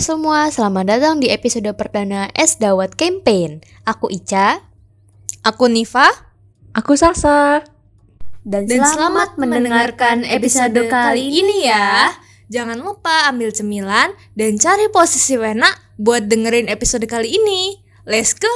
semua, selamat datang di episode perdana Es Dawat Campaign. Aku Ica. Aku Niva. Aku Sasa. Dan selamat mendengarkan episode kali ini ya. Jangan lupa ambil cemilan dan cari posisi enak buat dengerin episode kali ini. Let's go!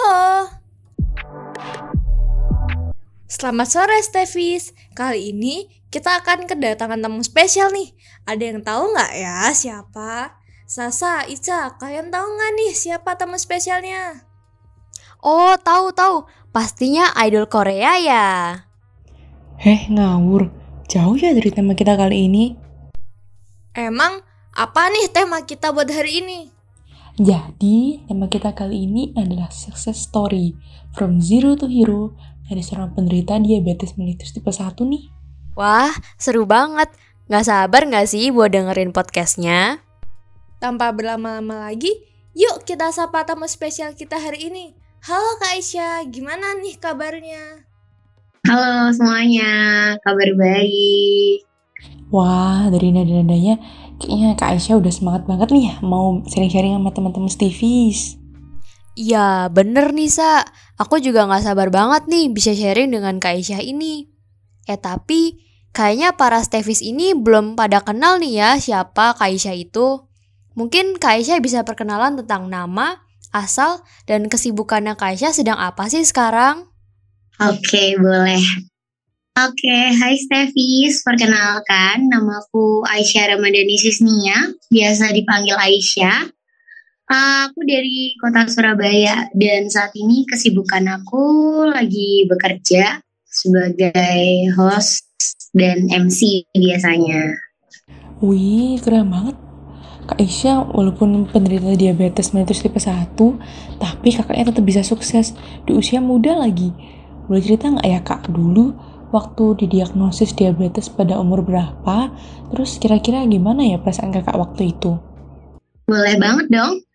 Selamat sore Stefis. Kali ini kita akan kedatangan tamu spesial nih. Ada yang tahu nggak ya siapa? Sasa, Ica, kalian tahu nggak nih siapa tamu spesialnya? Oh, tahu. Pastinya idol Korea ya. Ngawur. Jauh ya dari tema kita kali ini. Emang apa nih tema kita buat hari ini? Jadi, tema kita kali ini adalah success story from zero to hero dari seorang penderita diabetes mellitus tipe 1 nih. Wah, seru banget. Gak sabar gak sih buat dengerin podcastnya? Tanpa berlama-lama lagi, yuk kita sapa tamu spesial kita hari ini. Halo Kak Aisyah, gimana nih kabarnya? Halo semuanya, kabar baik. Wah, dari nada-nadanya kayaknya Kak Aisyah udah semangat banget nih ya mau sharing-sharing sama teman-teman Stevies. Iya, bener nih Sa. Aku juga gak sabar banget nih bisa sharing dengan Kak Aisyah ini. Tapi kayaknya para Stevies ini belum pada kenal nih ya siapa Kak Aisyah itu. Mungkin Kak Aisyah bisa perkenalan tentang nama, asal, dan kesibukannya Kak Aisyah sedang apa sih sekarang? Oke, boleh. Hai Stefis, perkenalkan namaku Aisyah Ramadhani Sisnia, biasa dipanggil Aisyah. Aku dari kota Surabaya dan saat ini kesibukan aku lagi bekerja sebagai host dan MC biasanya. Wih, keren banget. Kak Aisyah walaupun penderita diabetes mellitus tipe 1, tapi kakaknya tetap bisa sukses di usia muda lagi. Boleh cerita nggak ya Kak, dulu waktu didiagnosis diabetes pada umur berapa? Terus kira-kira gimana ya perasaan kakak waktu itu? Boleh banget dong.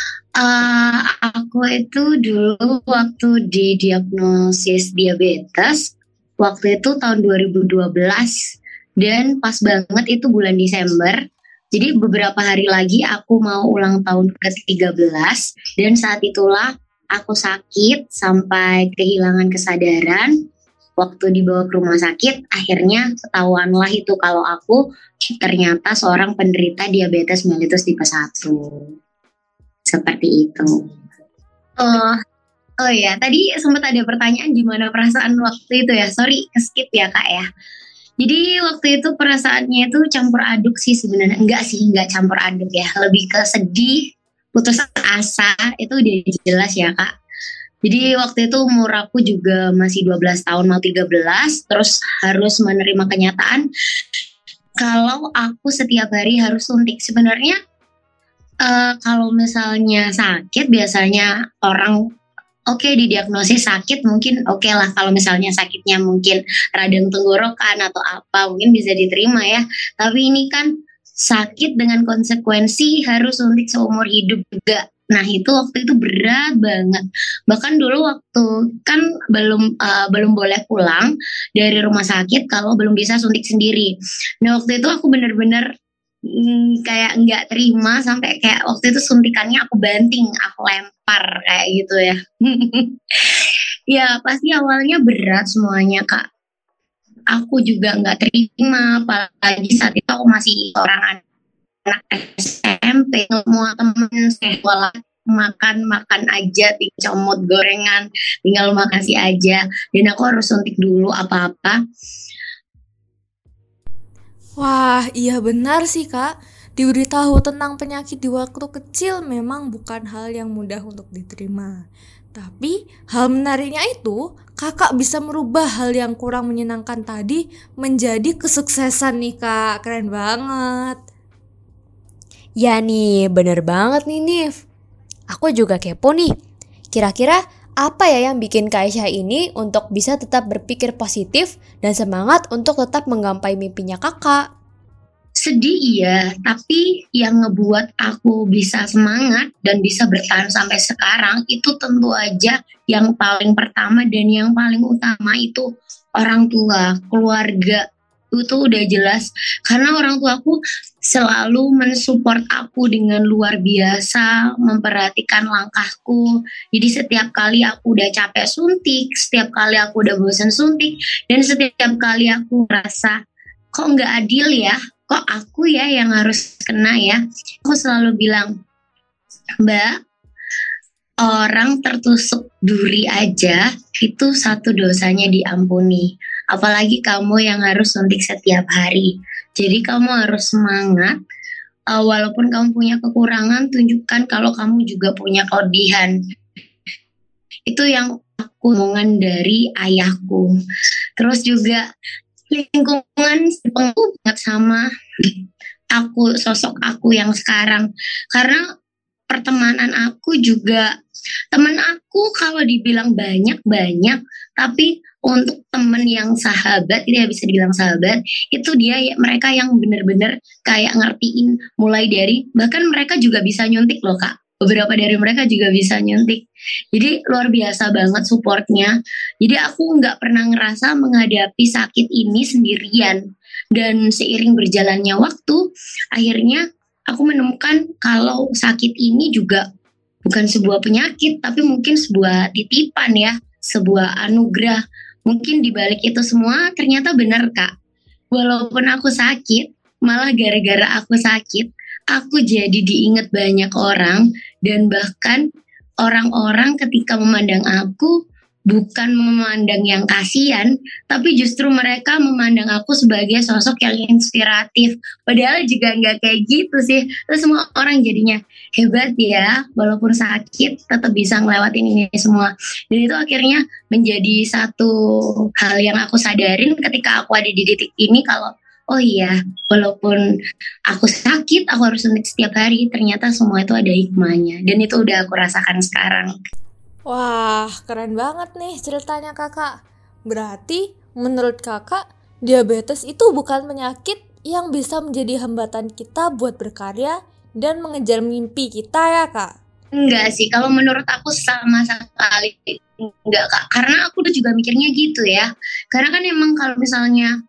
Aku itu dulu waktu didiagnosis diabetes, waktu itu tahun 2012 dan pas banget itu bulan Desember. Jadi beberapa hari lagi aku mau ulang tahun ke-13 dan saat itulah aku sakit sampai kehilangan kesadaran. Waktu dibawa ke rumah sakit akhirnya ketahuanlah itu kalau aku ternyata seorang penderita diabetes mellitus tipe 1. Seperti itu. Oh ya, tadi sempat ada pertanyaan gimana perasaan waktu itu ya. Sorry, skip ya Kak ya. Jadi waktu itu perasaannya itu campur aduk sih sebenarnya. Enggak campur aduk ya. Lebih ke sedih, putus asa, itu udah jelas ya Kak. Jadi waktu itu umur aku juga masih 12 tahun mau 13, terus harus menerima kenyataan kalau aku setiap hari harus suntik. Sebenarnya kalau misalnya sakit biasanya orang didiagnosis sakit mungkin oke lah, kalau misalnya sakitnya mungkin radang tenggorokan atau apa mungkin bisa diterima ya. Tapi ini kan sakit dengan konsekuensi harus suntik seumur hidup juga. Nah itu waktu itu berat banget. Bahkan dulu waktu kan belum boleh pulang dari rumah sakit kalau belum bisa suntik sendiri. Nah waktu itu aku bener-bener kayak nggak terima, sampai kayak waktu itu suntikannya aku banting, aku lempar kayak gitu ya. Ya pasti awalnya berat semuanya Kak. Aku juga nggak terima, apalagi saat itu aku masih seorang anak SMP. Semua temen sekolah makan aja, comot gorengan, tinggal makasih aja. Dan aku harus suntik dulu apa-apa. Wah, iya benar sih Kak. Diberitahu tentang penyakit di waktu kecil memang bukan hal yang mudah untuk diterima. Tapi hal menariknya itu, kakak bisa merubah hal yang kurang menyenangkan tadi menjadi kesuksesan nih Kak. Keren banget. Ya nih, bener banget nih Nif. Aku juga kepo nih. Kira-kira apa ya yang bikin Kak Aisyah ini untuk bisa tetap berpikir positif dan semangat untuk tetap menggapai mimpinya kakak? Sedih iya, tapi yang ngebuat aku bisa semangat dan bisa bertahan sampai sekarang itu tentu aja yang paling pertama dan yang paling utama itu orang tua, keluarga. itu udah jelas, karena orang tua aku selalu mensupport aku dengan luar biasa, memperhatikan langkahku. Jadi setiap kali aku udah capek suntik, setiap kali aku udah bosan suntik, dan setiap kali aku merasa kok nggak adil ya, kok aku ya yang harus kena ya, aku selalu bilang, Mbak, orang tertusuk duri aja itu satu dosanya diampuni. Apalagi kamu yang harus suntik setiap hari. Jadi kamu harus semangat. Walaupun kamu punya kekurangan, tunjukkan kalau kamu juga punya kelebihan. Itu yang aku omongan dari ayahku. Terus juga lingkungan berpengaruh banget sama aku, sosok aku yang sekarang. Karena pertemanan aku juga, teman aku kalau dibilang banyak, tapi untuk teman yang sahabat, itu ya bisa dibilang sahabat, itu dia mereka yang benar-benar kayak ngertiin, mulai dari, bahkan mereka juga bisa nyuntik loh Kak. Beberapa dari mereka juga bisa nyuntik. Jadi luar biasa banget supportnya. Jadi aku nggak pernah ngerasa menghadapi sakit ini sendirian. Dan seiring berjalannya waktu, akhirnya aku menemukan kalau sakit ini juga bukan sebuah penyakit, tapi mungkin sebuah titipan ya, sebuah anugerah. Mungkin dibalik itu semua ternyata benar Kak. Walaupun aku sakit, malah gara-gara aku sakit, aku jadi diingat banyak orang, dan bahkan orang-orang ketika memandang aku bukan memandang yang kasihan, tapi justru mereka memandang aku sebagai sosok yang inspiratif. Padahal juga nggak kayak gitu sih. Terus semua orang jadinya hebat ya, walaupun sakit tetap bisa ngelewatin ini semua. Dan itu akhirnya menjadi satu hal yang aku sadarin ketika aku ada di titik ini, kalau oh iya, walaupun aku sakit, aku harus suntik setiap hari, ternyata semua itu ada hikmahnya. Dan itu udah aku rasakan sekarang. Wah, keren banget nih ceritanya kakak. Berarti menurut kakak, diabetes itu bukan penyakit yang bisa menjadi hambatan kita buat berkarya dan mengejar mimpi kita ya kak? Enggak sih, kalau menurut aku sama sekali enggak Kak. Karena aku tuh juga mikirnya gitu ya. Karena kan emang kalau misalnya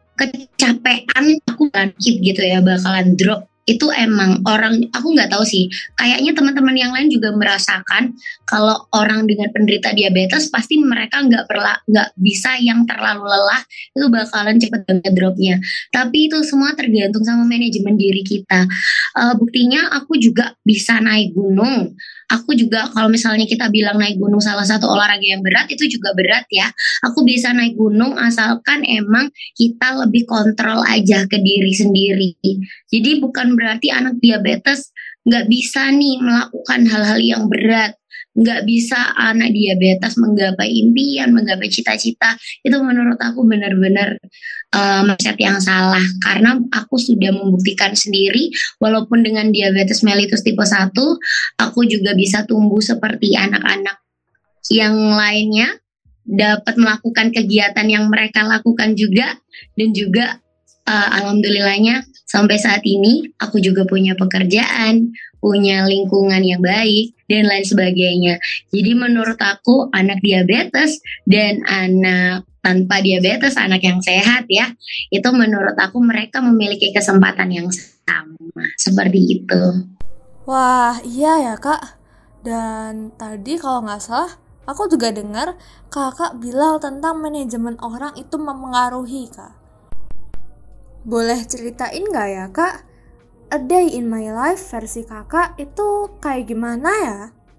kecapean, aku bakalan hit gitu ya, bakalan drop. Itu emang orang, aku nggak tahu sih, kayaknya teman-teman yang lain juga merasakan kalau orang dengan penderita diabetes pasti mereka nggak bisa yang terlalu lelah, itu bakalan cepet banget dropnya. Tapi itu semua tergantung sama manajemen diri kita. Buktinya aku juga bisa naik gunung. Aku juga kalau misalnya kita bilang naik gunung salah satu olahraga yang berat, itu juga berat ya. Aku bisa naik gunung asalkan emang kita lebih kontrol aja ke diri sendiri. Jadi bukan berarti anak diabetes nggak bisa nih melakukan hal-hal yang berat. Nggak bisa anak diabetes menggapai impian, menggapai cita-cita. Itu menurut aku benar-benar mindset yang salah. Karena aku sudah membuktikan sendiri, walaupun dengan diabetes mellitus tipe 1, aku juga bisa tumbuh seperti anak-anak yang lainnya, dapat melakukan kegiatan yang mereka lakukan juga, dan juga alhamdulillahnya sampai saat ini aku juga punya pekerjaan, punya lingkungan yang baik, dan lain sebagainya. Jadi menurut aku anak diabetes dan anak tanpa diabetes, anak yang sehat ya, itu menurut aku mereka memiliki kesempatan yang sama, seperti itu. Wah, iya ya kak. Dan tadi kalau nggak salah, aku juga dengar kakak bilang tentang manajemen orang itu mempengaruhi kak. Boleh ceritain nggak ya kak? A Day in My Life versi kakak itu kayak gimana ya?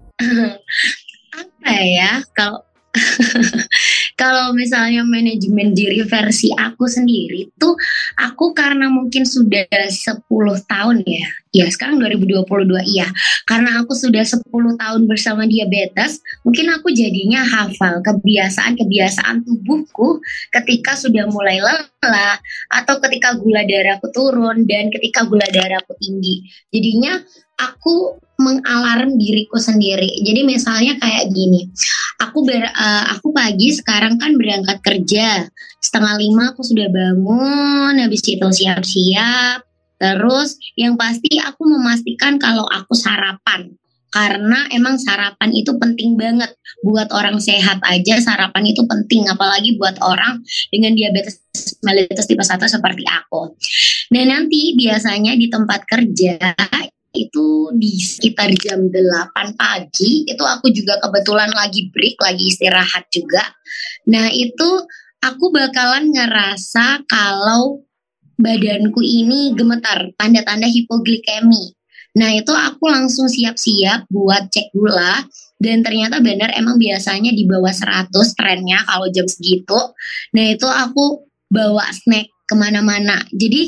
Apa ya, kalau kalau misalnya manajemen diri versi aku sendiri tuh, aku karena mungkin sudah 10 tahun ya sekarang 2022 iya, karena aku sudah 10 tahun bersama diabetes, mungkin aku jadinya hafal kebiasaan tubuhku ketika sudah mulai lelah, atau ketika gula darahku turun, dan ketika gula darahku tinggi. Jadinya aku mengalarm diriku sendiri. Jadi misalnya kayak gini, aku pagi sekarang kan berangkat kerja, 4:30 aku sudah bangun, habis itu siap-siap. Terus yang pasti aku memastikan kalau aku sarapan. karena emang sarapan itu penting banget buat orang sehat aja. Sarapan itu penting, apalagi buat orang dengan diabetes mellitus tipe 1 seperti aku. Nah nanti biasanya di tempat kerja itu di sekitar jam 8 pagi itu aku juga kebetulan lagi break, lagi istirahat juga. Nah itu aku bakalan ngerasa kalau badanku ini gemetar, tanda-tanda hipoglikemi. Nah itu aku langsung siap-siap buat cek gula. Dan ternyata benar emang biasanya di bawah 100 trennya kalau jam segitu. Nah itu aku bawa snack kemana-mana. Jadi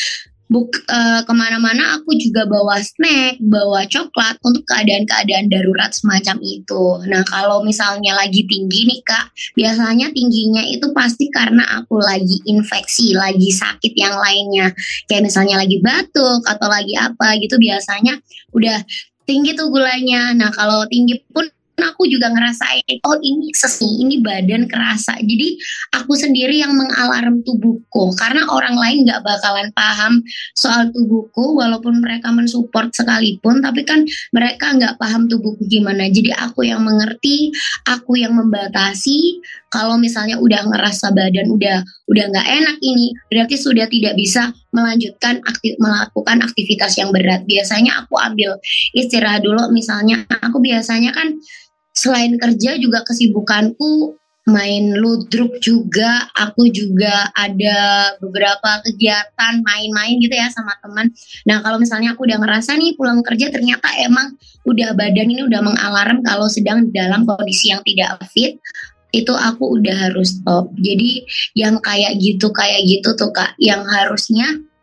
kemana-mana aku juga bawa snack, bawa coklat untuk keadaan-keadaan darurat semacam itu. Nah kalau misalnya lagi tinggi nih Kak, biasanya tingginya itu pasti karena aku lagi infeksi, lagi sakit yang lainnya. Kayak misalnya lagi batuk atau lagi apa gitu, biasanya udah tinggi tuh gulanya. Nah kalau tinggi pun aku juga ngerasain, oh ini sesi, ini badan kerasa. Jadi aku sendiri yang mengalarm tubuhku, karena orang lain gak bakalan paham soal tubuhku, walaupun mereka mensupport sekalipun, tapi kan mereka gak paham tubuhku gimana. Jadi aku yang mengerti, aku yang membatasi. Kalau misalnya udah ngerasa badan udah gak enak ini, berarti sudah tidak bisa melanjutkan melakukan aktivitas yang berat. Biasanya aku ambil istirahat dulu. Misalnya aku biasanya kan selain kerja juga kesibukanku main ludruk juga. Aku juga ada beberapa kegiatan main-main gitu ya sama teman. Nah kalau misalnya aku udah ngerasa nih pulang kerja ternyata emang udah badan ini udah mengalarm kalau sedang dalam kondisi yang tidak fit, itu aku udah harus stop. Jadi yang kayak gitu tuh Kak, yang harusnya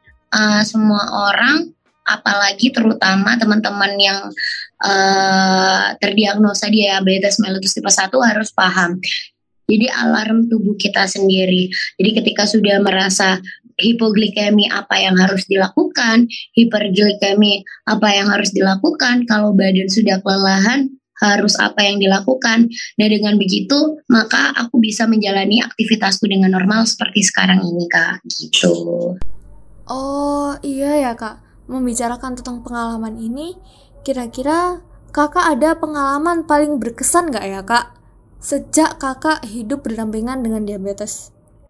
semua orang, apalagi terutama teman-teman yang terdiagnosa diabetes mellitus tipe 1 harus paham. Jadi alarm tubuh kita sendiri. Jadi ketika sudah merasa hipoglikemi apa yang harus dilakukan, hiperglikemi apa yang harus dilakukan, kalau badan sudah kelelahan harus apa yang dilakukan. Nah dengan begitu maka aku bisa menjalani aktivitasku dengan normal seperti sekarang ini Kak, gitu. Oh iya ya Kak, membicarakan tentang pengalaman ini, kira-kira Kakak ada pengalaman paling berkesan gak ya Kak? Sejak Kakak hidup berdampingan dengan diabetes.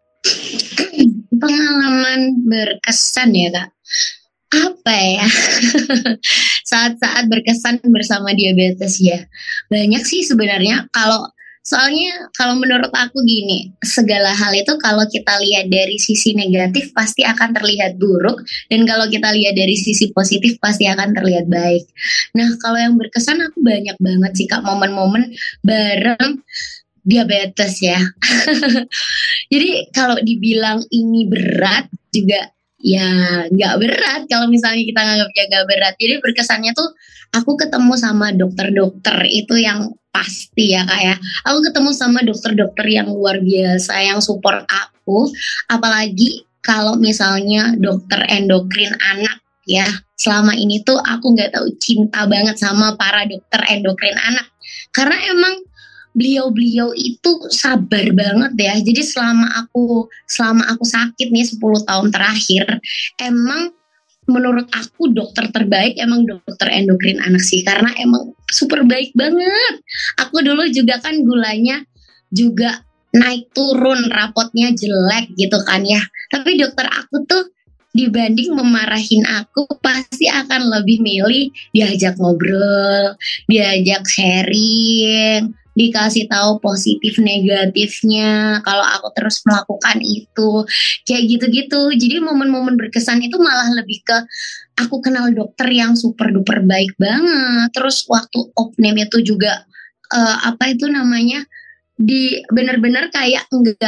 Pengalaman berkesan ya Kak? Apa ya? Saat-saat berkesan bersama diabetes ya. Banyak sih sebenarnya. Soalnya kalau menurut aku gini, segala hal itu kalau kita lihat dari sisi negatif pasti akan terlihat buruk, dan kalau kita lihat dari sisi positif pasti akan terlihat baik. Nah kalau yang berkesan aku banyak banget sih Kak, momen-momen bareng diabetes ya. Jadi kalau dibilang ini berat juga ya nggak berat kalau misalnya kita nganggapnya nggak berat. Jadi berkesannya tuh aku ketemu sama dokter-dokter itu yang pasti ya Kak ya. Aku ketemu sama dokter-dokter yang luar biasa yang support aku. Apalagi kalau misalnya dokter endokrin anak ya. Selama ini tuh aku nggak tahu cinta banget sama para dokter endokrin anak. Karena emang beliau-beliau itu sabar banget ya. Jadi selama aku sakit nih 10 tahun terakhir, emang menurut aku dokter terbaik emang dokter endokrin anak sih, karena emang super baik banget. Aku dulu juga kan gulanya juga naik turun, rapotnya jelek gitu kan ya. Tapi dokter aku tuh dibanding memarahin aku pasti akan lebih milih diajak ngobrol, diajak sharing, dikasih tahu positif negatifnya kalau aku terus melakukan itu, kayak gitu-gitu. Jadi momen-momen berkesan itu malah lebih ke aku kenal dokter yang super duper baik banget. Terus waktu opname itu juga apa itu namanya, di benar-benar kayak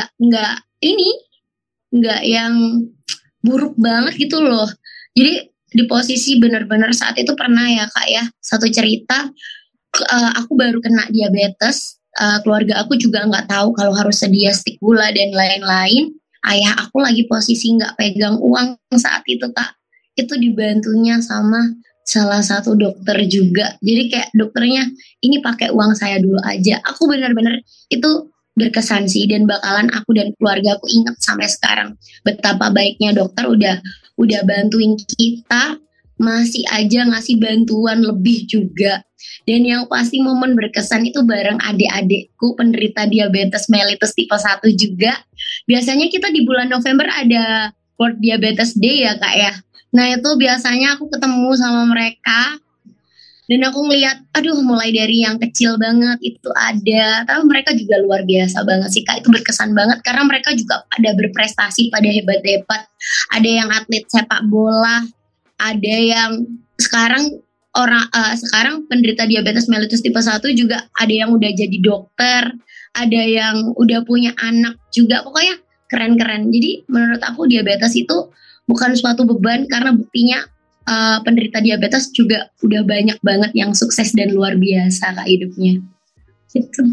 enggak yang buruk banget gitu loh. Jadi di posisi benar-benar saat itu pernah ya Kak ya, satu cerita. Aku baru kena diabetes, keluarga aku juga nggak tahu kalau harus sedia stik gula dan lain-lain. Ayah aku lagi posisi nggak pegang uang saat itu Kak. Itu dibantunya sama salah satu dokter juga. Jadi kayak dokternya, ini pakai uang saya dulu aja. Aku benar-benar itu berkesan sih, dan bakalan aku dan keluarga aku ingat sampai sekarang betapa baiknya dokter udah bantuin kita masih aja ngasih bantuan lebih juga. Dan yang pasti momen berkesan itu bareng adik-adikku penderita diabetes mellitus tipe 1 juga. Biasanya kita di bulan November ada World Diabetes Day ya Kak ya. Nah itu biasanya aku ketemu sama mereka dan aku ngeliat, aduh mulai dari yang kecil banget itu ada, tapi mereka juga luar biasa banget sih Kak, itu berkesan banget karena mereka juga pada berprestasi, pada hebat-hebat, ada yang atlet sepak bola, ada yang sekarang sekarang penderita diabetes mellitus tipe 1 juga ada yang udah jadi dokter, ada yang udah punya anak juga, pokoknya keren-keren. Jadi menurut aku diabetes itu bukan suatu beban karena buktinya penderita diabetes juga udah banyak banget yang sukses dan luar biasa Kak hidupnya. Gitu.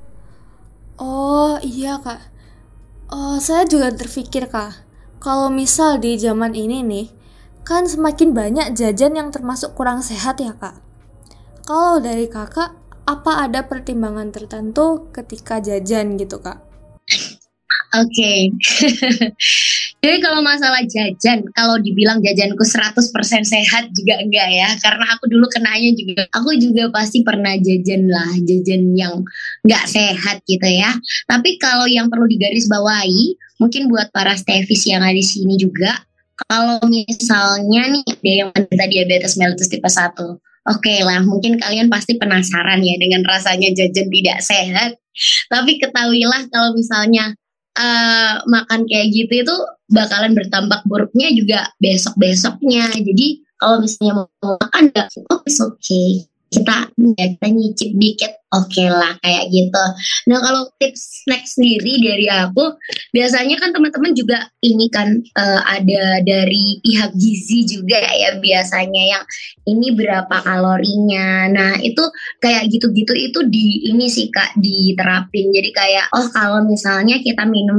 Oh iya Kak. Saya juga terpikir Kak, kalau misal di zaman ini nih, kan semakin banyak jajan yang termasuk kurang sehat ya Kak. Kalau dari Kakak, apa ada pertimbangan tertentu ketika jajan gitu Kak? Oke. Jadi kalau masalah jajan, kalau dibilang jajanku 100% sehat juga enggak ya. Karena aku dulu kenanya juga, aku juga pasti pernah jajan lah, jajan yang enggak sehat gitu ya. Tapi kalau yang perlu digarisbawahi, mungkin buat para stafis yang ada di sini juga, kalau misalnya nih ada yang menderita diabetes mellitus tipe 1, oke lah, mungkin kalian pasti penasaran ya dengan rasanya jajan tidak sehat. Tapi ketahuilah kalau misalnya makan kayak gitu itu bakalan berdampak buruknya juga besok-besoknya. Jadi kalau misalnya mau makan ya oke, kita nyicip dikit oke lah kayak gitu. Nah kalau tips snack sendiri dari aku, biasanya kan teman-teman juga ini kan ada dari pihak gizi juga ya biasanya yang ini berapa kalorinya. Nah itu kayak gitu-gitu itu di ini sih Kak diterapin. Jadi kayak kalau misalnya kita minum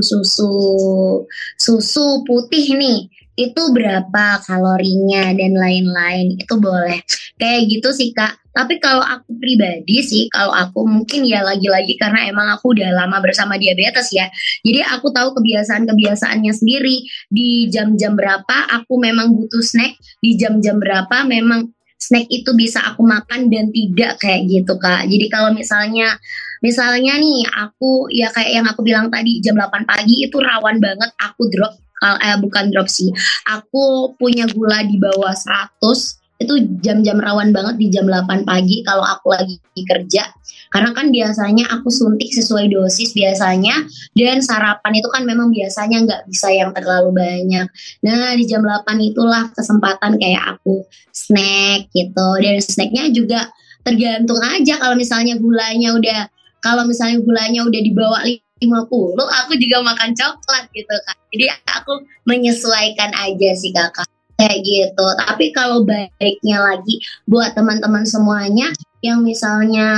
susu putih nih, itu berapa kalorinya dan lain-lain, itu boleh kayak gitu sih Kak. Tapi kalau aku pribadi sih, kalau aku mungkin ya lagi-lagi karena emang aku udah lama bersama diabetes ya, jadi aku tahu kebiasaan-kebiasaannya sendiri, di jam-jam berapa aku memang butuh snack, di jam-jam berapa memang snack itu bisa aku makan dan tidak kayak gitu Kak. Jadi kalau misalnya nih aku ya kayak yang aku bilang tadi, jam 8 pagi itu rawan banget aku drop, bukan drop sih, aku punya gula di bawah 100, itu jam-jam rawan banget di jam 8 pagi kalau aku lagi kerja. Karena kan biasanya aku suntik sesuai dosis biasanya, dan sarapan itu kan memang biasanya nggak bisa yang terlalu banyak. Nah di jam 8 itulah kesempatan kayak aku snack gitu, dan snacknya juga tergantung aja kalau misalnya gulanya udah di bawah 50, aku juga makan coklat gitu Kak. Jadi aku menyesuaikan aja sih Kakak kayak gitu. Tapi kalau baiknya lagi buat teman-teman semuanya yang misalnya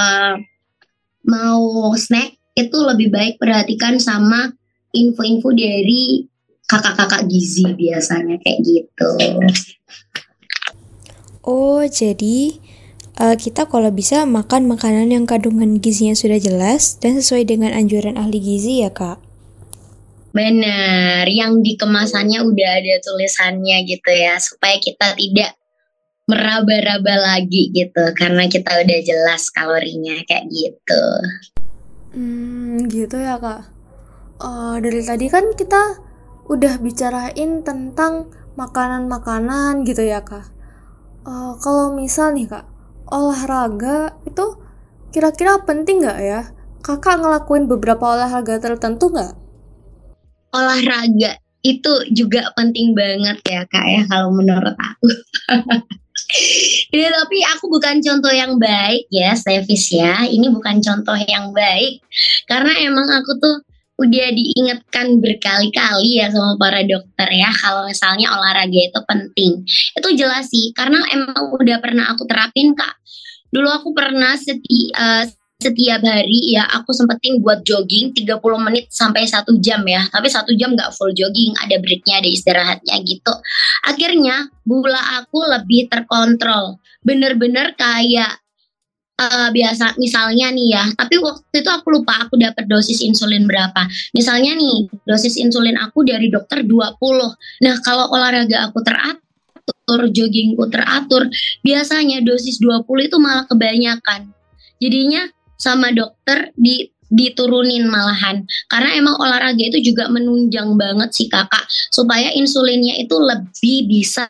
mau snack, itu lebih baik perhatikan sama info-info dari kakak-kakak gizi biasanya kayak gitu. Oh, jadi kita kalau bisa makan makanan yang kandungan gizinya sudah jelas dan sesuai dengan anjuran ahli gizi ya Kak? Benar, yang di kemasannya udah ada tulisannya gitu ya, supaya kita tidak meraba-raba lagi gitu, karena kita udah jelas kalorinya kayak gitu. Gitu ya Kak. Dari tadi kan kita udah bicarain tentang makanan-makanan gitu ya Kak. Kalau misal nih Kak, olahraga itu kira-kira penting nggak ya? Kakak ngelakuin beberapa olahraga tertentu nggak? Olahraga itu juga penting banget ya Kak ya, kalau menurut aku. Ya, tapi aku bukan contoh yang baik ya Stefis ya, ini bukan contoh yang baik karena emang aku tuh udah diingatkan berkali-kali ya sama para dokter ya, kalau misalnya olahraga itu penting. Itu jelas sih, karena emang udah pernah aku terapin Kak. Dulu aku pernah setiap hari ya aku sempetin buat jogging 30 menit sampai 1 jam ya. Tapi 1 jam gak full jogging, ada breaknya, ada istirahatnya gitu. Akhirnya gula aku lebih terkontrol, bener-bener kayak biasa misalnya nih ya. Tapi waktu itu aku lupa aku dapat dosis insulin berapa. Misalnya nih dosis insulin aku dari dokter 20. Nah kalau olahraga aku teratur joggingku teratur, biasanya dosis 20 itu malah kebanyakan. Jadinya sama dokter diturunin malahan. Karena emang olahraga itu juga menunjang banget sih kakak, supaya insulinnya itu lebih bisa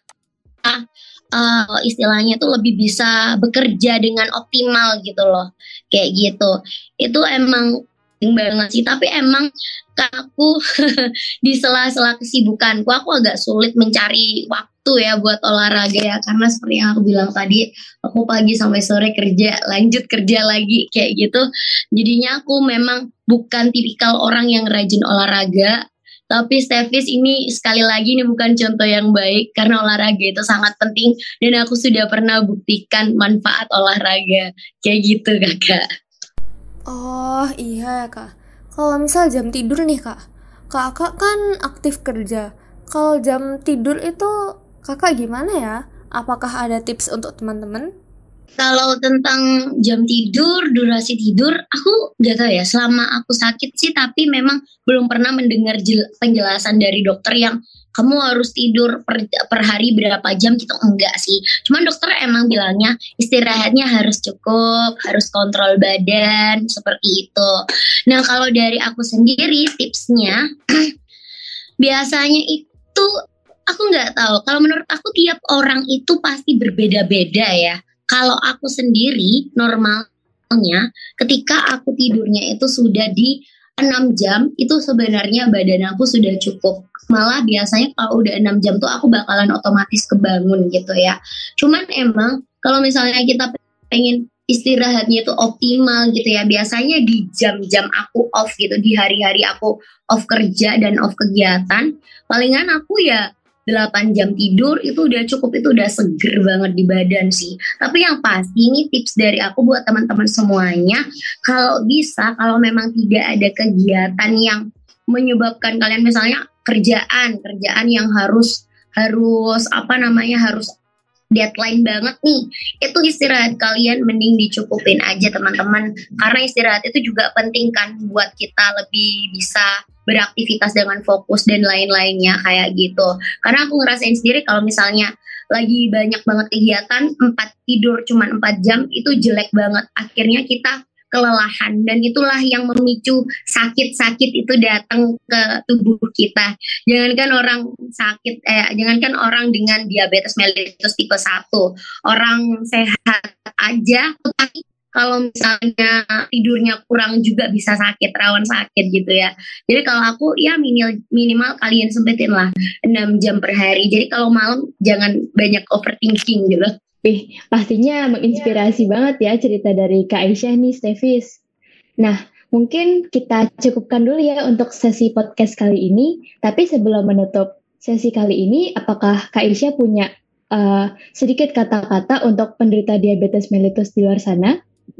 istilahnya tuh lebih bisa bekerja dengan optimal gitu loh, kayak gitu. Itu emang penting banget sih, tapi emang aku di sela-sela kesibukanku aku agak sulit mencari waktu ya buat olahraga ya, karena seperti yang aku bilang tadi, aku pagi sampai sore kerja, lanjut kerja lagi kayak gitu. Jadinya aku memang bukan tipikal orang yang rajin olahraga. Tapi Stefis ini sekali lagi ini bukan contoh yang baik, karena olahraga itu sangat penting dan aku sudah pernah buktikan manfaat olahraga kayak gitu kakak. Oh iya kak, kalau misal jam tidur nih kak, kakak kan aktif kerja. Kalau jam tidur itu kakak gimana ya? Apakah ada tips untuk teman-teman? Kalau tentang jam tidur, durasi tidur, aku gak tahu ya, selama aku sakit sih, tapi memang belum pernah mendengar penjelasan dari dokter yang kamu harus tidur per hari berapa jam gitu, enggak sih. Cuman dokter emang bilangnya istirahatnya harus cukup, harus kontrol badan, seperti itu. Nah kalau dari aku sendiri tipsnya, biasanya itu aku nggak tahu. Kalau menurut aku tiap orang itu pasti berbeda-beda ya. Kalau aku sendiri normalnya ketika aku tidurnya itu sudah di 6 jam, itu sebenarnya badan aku sudah cukup. Malah biasanya kalau udah 6 jam tuh aku bakalan otomatis kebangun gitu ya. Cuman emang kalau misalnya kita pengen istirahatnya itu optimal gitu ya, biasanya di jam-jam aku off gitu, di hari-hari aku off kerja dan off kegiatan, palingan aku ya 8 jam tidur itu udah cukup, itu udah seger banget di badan sih. Tapi yang pasti ini tips dari aku buat teman-teman semuanya, kalau bisa, kalau memang tidak ada kegiatan yang menyebabkan kalian misalnya kerjaan yang harus deadline banget nih, itu istirahat kalian mending dicukupin aja teman-teman, karena istirahat itu juga penting kan buat kita lebih bisa beraktivitas dengan fokus dan lain-lainnya kayak gitu. Karena aku ngerasain sendiri kalau misalnya lagi banyak banget kegiatan, tidur cuma 4 jam itu jelek banget, akhirnya kita kelelahan, dan itulah yang memicu sakit-sakit itu datang ke tubuh kita. Jangankan orang dengan diabetes mellitus tipe 1, orang sehat aja tapi kalau misalnya tidurnya kurang juga bisa sakit, rawan sakit gitu ya. Jadi kalau aku ya minimal kalian sempetin lah 6 jam per hari. Jadi kalau malam jangan banyak overthinking gitu. Pastinya menginspirasi banget ya cerita dari Kak Aisyah nih, Stefis. Nah, mungkin kita cukupkan dulu ya untuk sesi podcast kali ini. Tapi sebelum menutup sesi kali ini, apakah Kak Aisyah punya sedikit kata-kata untuk penderita diabetes mellitus di luar sana?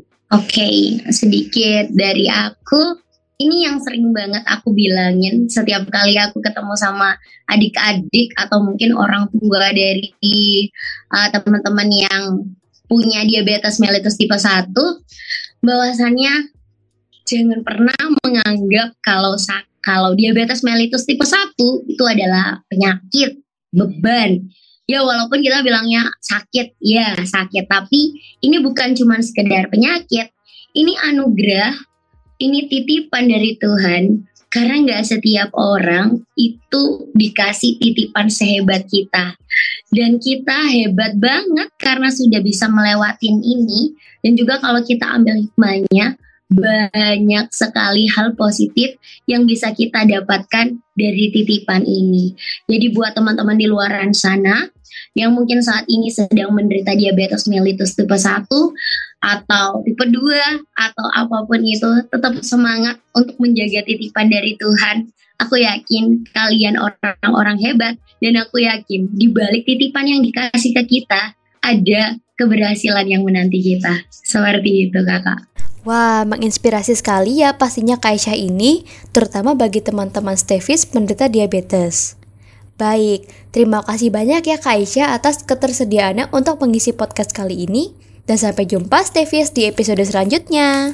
Oke, sedikit dari aku. Ini yang sering banget aku bilangin setiap kali aku ketemu sama adik-adik atau mungkin orang tua dari teman-teman yang punya diabetes mellitus tipe 1, bahwasannya jangan pernah menganggap kalau diabetes mellitus tipe 1 itu adalah penyakit, beban. Ya walaupun kita bilangnya sakit, ya sakit, tapi ini bukan cuma sekedar penyakit, ini anugerah, ini titipan dari Tuhan, karena gak setiap orang itu dikasih titipan sehebat kita. Dan kita hebat banget karena sudah bisa melewatin ini, dan juga kalau kita ambil hikmahnya, banyak sekali hal positif yang bisa kita dapatkan dari titipan ini. Jadi buat teman-teman di luaran sana yang mungkin saat ini sedang menderita diabetes mellitus tipe 1 atau tipe 2 atau apapun itu, tetap semangat untuk menjaga titipan dari Tuhan. Aku yakin kalian orang-orang hebat, dan aku yakin di balik titipan yang dikasih ke kita ada keberhasilan yang menanti kita. Seperti itu kakak. Wah, menginspirasi sekali ya pastinya Kak Aisyah ini, terutama bagi teman-teman Stefis penderita diabetes. Baik, terima kasih banyak ya Kak Aisyah atas ketersediaannya untuk mengisi podcast kali ini. Dan sampai jumpa Stefis di episode selanjutnya.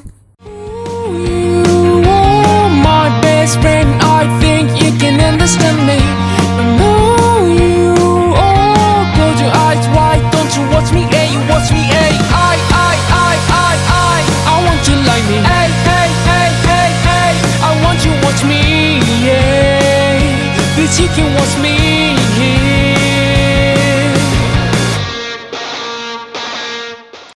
My best friend, I think you can understand me. I know you all close your eyes. me here.